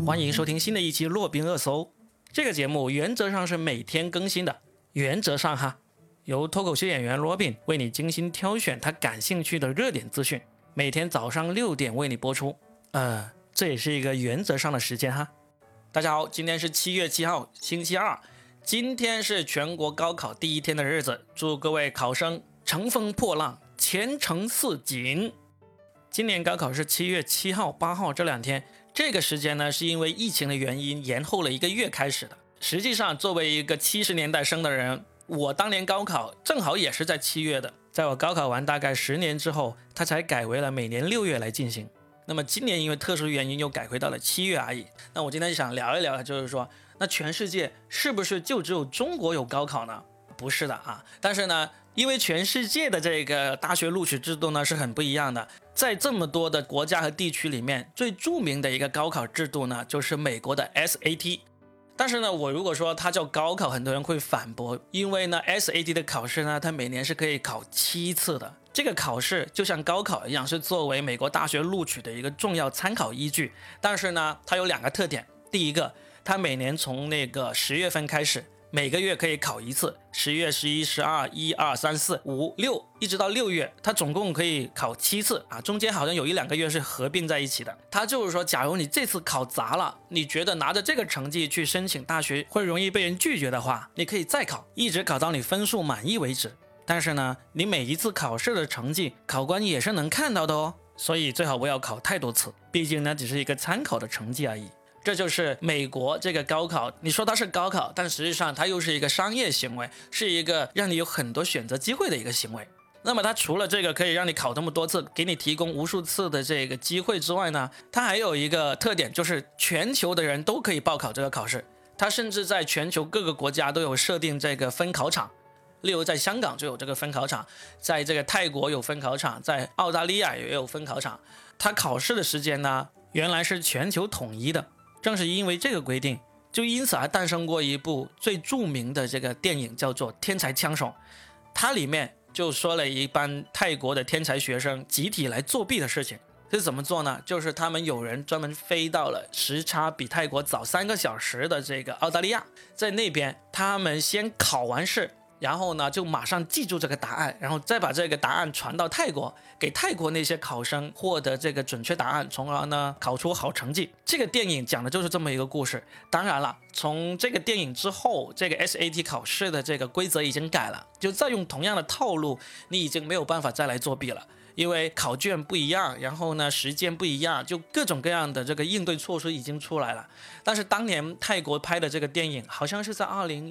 欢迎收听新的一期洛宾热搜。这个节目原则上是每天更新的，原则上哈，由脱口秀演员罗宾为你精心挑选他感兴趣的热点资讯，每天早上6点为你播出。这也是一个原则上的时间哈。大家好，今天是7月7号，星期二，今天是全国高考第一天的日子，祝各位考生乘风破浪，前程似锦。今年高考是7月7号、8号这2天，这个时间呢是因为疫情的原因延后了1个月开始的。实际上，作为一个70年代生的人，我当年高考正好也是在7月的。在我高考完大概10年之后，它才改为了每年6月来进行。那么今年因为特殊原因又改回到了7月而已。那我今天想聊一聊，就是说，那全世界是不是就只有中国有高考呢？不是的啊。但是呢，因为全世界的这个大学录取制度呢是很不一样的，在这么多的国家和地区里面，最著名的一个高考制度呢就是美国的 SAT。但是呢，我如果说它叫高考，很多人会反驳，因为呢 SAT 的考试呢，它每年是可以考7次的。这个考试就像高考一样，是作为美国大学录取的一个重要参考依据。但是呢，它有2个特点。第一个，它每年从那个10月份开始，每个月可以考1次，10月、11、12、1、2、3、4、5、6，一直到6月，它总共可以考7次啊，中间好像有1-2个月是合并在一起的。它就是说，假如你这次考砸了，你觉得拿着这个成绩去申请大学会容易被人拒绝的话，你可以再考，一直考到你分数满意为止。但是呢，你每一次考试的成绩，考官也是能看到的哦，所以最好不要考太多次，毕竟呢，只是一个参考的成绩而已。这就是美国这个高考，你说它是高考，但实际上它又是一个商业行为，是一个让你有很多选择机会的一个行为。那么它除了这个可以让你考这么多次，给你提供无数次的这个机会之外呢，它还有一个特点，就是全球的人都可以报考这个考试。它甚至在全球各个国家都有设定这个分考场，例如在香港就有这个分考场，在这个泰国有分考场，在澳大利亚也有分考场。它考试的时间呢，原来是全球统一的。正是因为这个规定，就因此而诞生过一部最著名的这个电影，叫做《天才枪手》。它里面就说了一班泰国的天才学生集体来作弊的事情。是怎么做呢？就是他们有人专门飞到了时差比泰国早3个小时的这个澳大利亚，在那边他们先考完试，然后呢就马上记住这个答案，然后再把这个答案传到泰国，给泰国那些考生获得这个准确答案，从而呢考出好成绩。这个电影讲的就是这么一个故事。当然了，从这个电影之后，这个 SAT 考试的这个规则已经改了，就再用同样的套路，你已经没有办法再来作弊了。因为考卷不一样，然后呢时间不一样，就各种各样的这个应对措施已经出来了。但是当年泰国拍的这个电影好像是在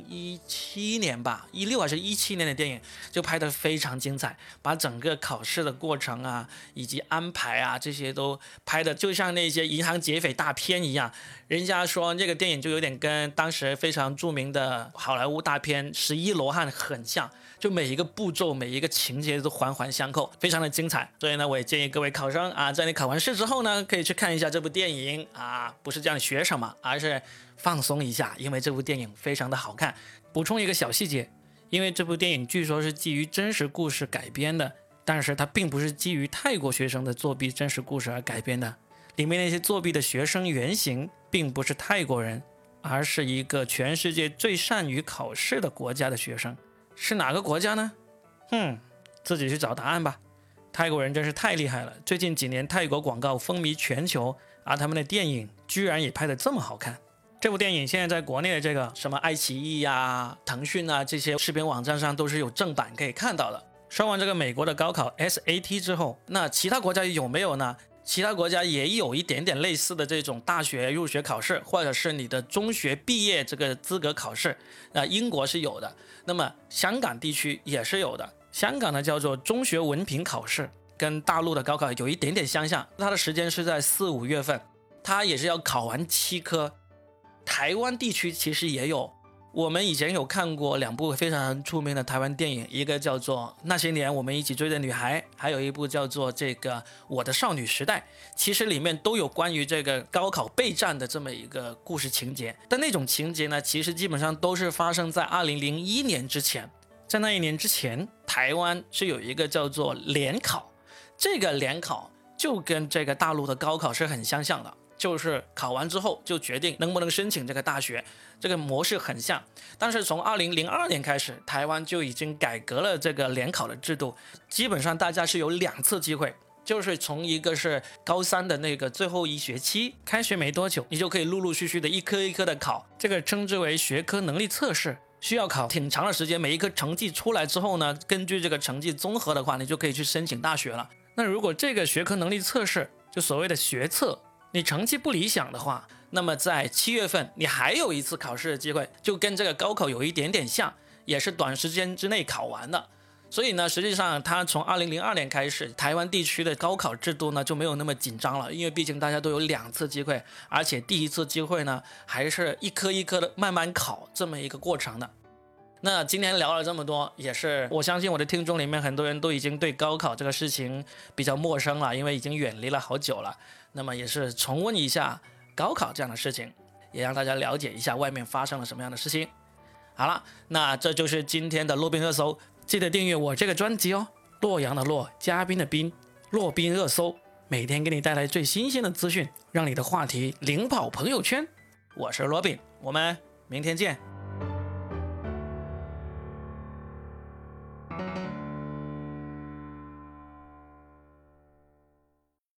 2017年吧，16还是17年的电影，就拍得非常精彩，把整个考试的过程啊以及安排啊这些都拍得就像那些银行劫匪大片一样。人家说这个电影就有点跟当时非常著名的好莱坞大片《11罗汉》很像，就每一个步骤每一个情节都环环相扣，非常的精彩。所以呢，我也建议各位考生啊，在你考完试之后呢，可以去看一下这部电影啊，不是叫你学什么，而是放松一下，因为这部电影非常的好看。补充一个小细节，因为这部电影据说是基于真实故事改编的，但是它并不是基于泰国学生的作弊真实故事而改编的。里面那些作弊的学生原型并不是泰国人，而是一个全世界最善于考试的国家的学生。是哪个国家呢？自己去找答案吧。泰国人真是太厉害了，最近几年泰国广告风靡全球，而他们的电影居然也拍得这么好看。这部电影现在在国内的这个什么爱奇艺啊、腾讯啊这些视频网站上都是有正版可以看到的。说完这个美国的高考 SAT 之后，那其他国家有没有呢？其他国家也有一点点类似的这种大学入学考试，或者是你的中学毕业这个资格考试。英国是有的，那么香港地区也是有的。香港呢叫做中学文凭考试，跟大陆的高考有一点点相像，它的时间是在4、5月份，它也是要考完7科。台湾地区其实也有，我们以前有看过2部非常出名的台湾电影，一个叫做《那些年我们一起追的女孩》，还有一部叫做这个《我的少女时代》。其实里面都有关于这个高考备战的这么一个故事情节，但那种情节呢，其实基本上都是发生在2001年之前。在那一年之前，台湾是有一个叫做联考，这个联考就跟这个大陆的高考是很相像的， 就是考完之后就决定能不能申请这个大学，这个模式很像。但是从2002年开始，台湾就已经改革了这个联考的制度，基本上大家是有2次机会，就是从一个是高3的那个最后一学期，开学没多久，你就可以陆陆续续的一科一科的考，这个称之为学科能力测试，需要考挺长的时间。每一科成绩出来之后呢，根据这个成绩综合的话，你就可以去申请大学了。那如果这个学科能力测试，就所谓的学测，你成绩不理想的话，那么在7月份你还有一次考试的机会，就跟这个高考有一点点像，也是短时间之内考完的。所以呢，实际上它从2002年开始，台湾地区的高考制度呢就没有那么紧张了，因为毕竟大家都有2次机会，而且第一次机会呢还是一科一科的慢慢考这么一个过程的。那今天聊了这么多，也是我相信我的听众里面很多人都已经对高考这个事情比较陌生了，因为已经远离了好久了。那么也是重温一下高考这样的事情，也让大家了解一下外面发生了什么样的事情。好了，那这就是今天的洛宾热搜，记得订阅我这个专辑哦。洛阳的洛，嘉宾的宾，洛宾热搜，每天给你带来最新鲜的资讯，让你的话题领跑朋友圈。我是罗宾，我们明天见。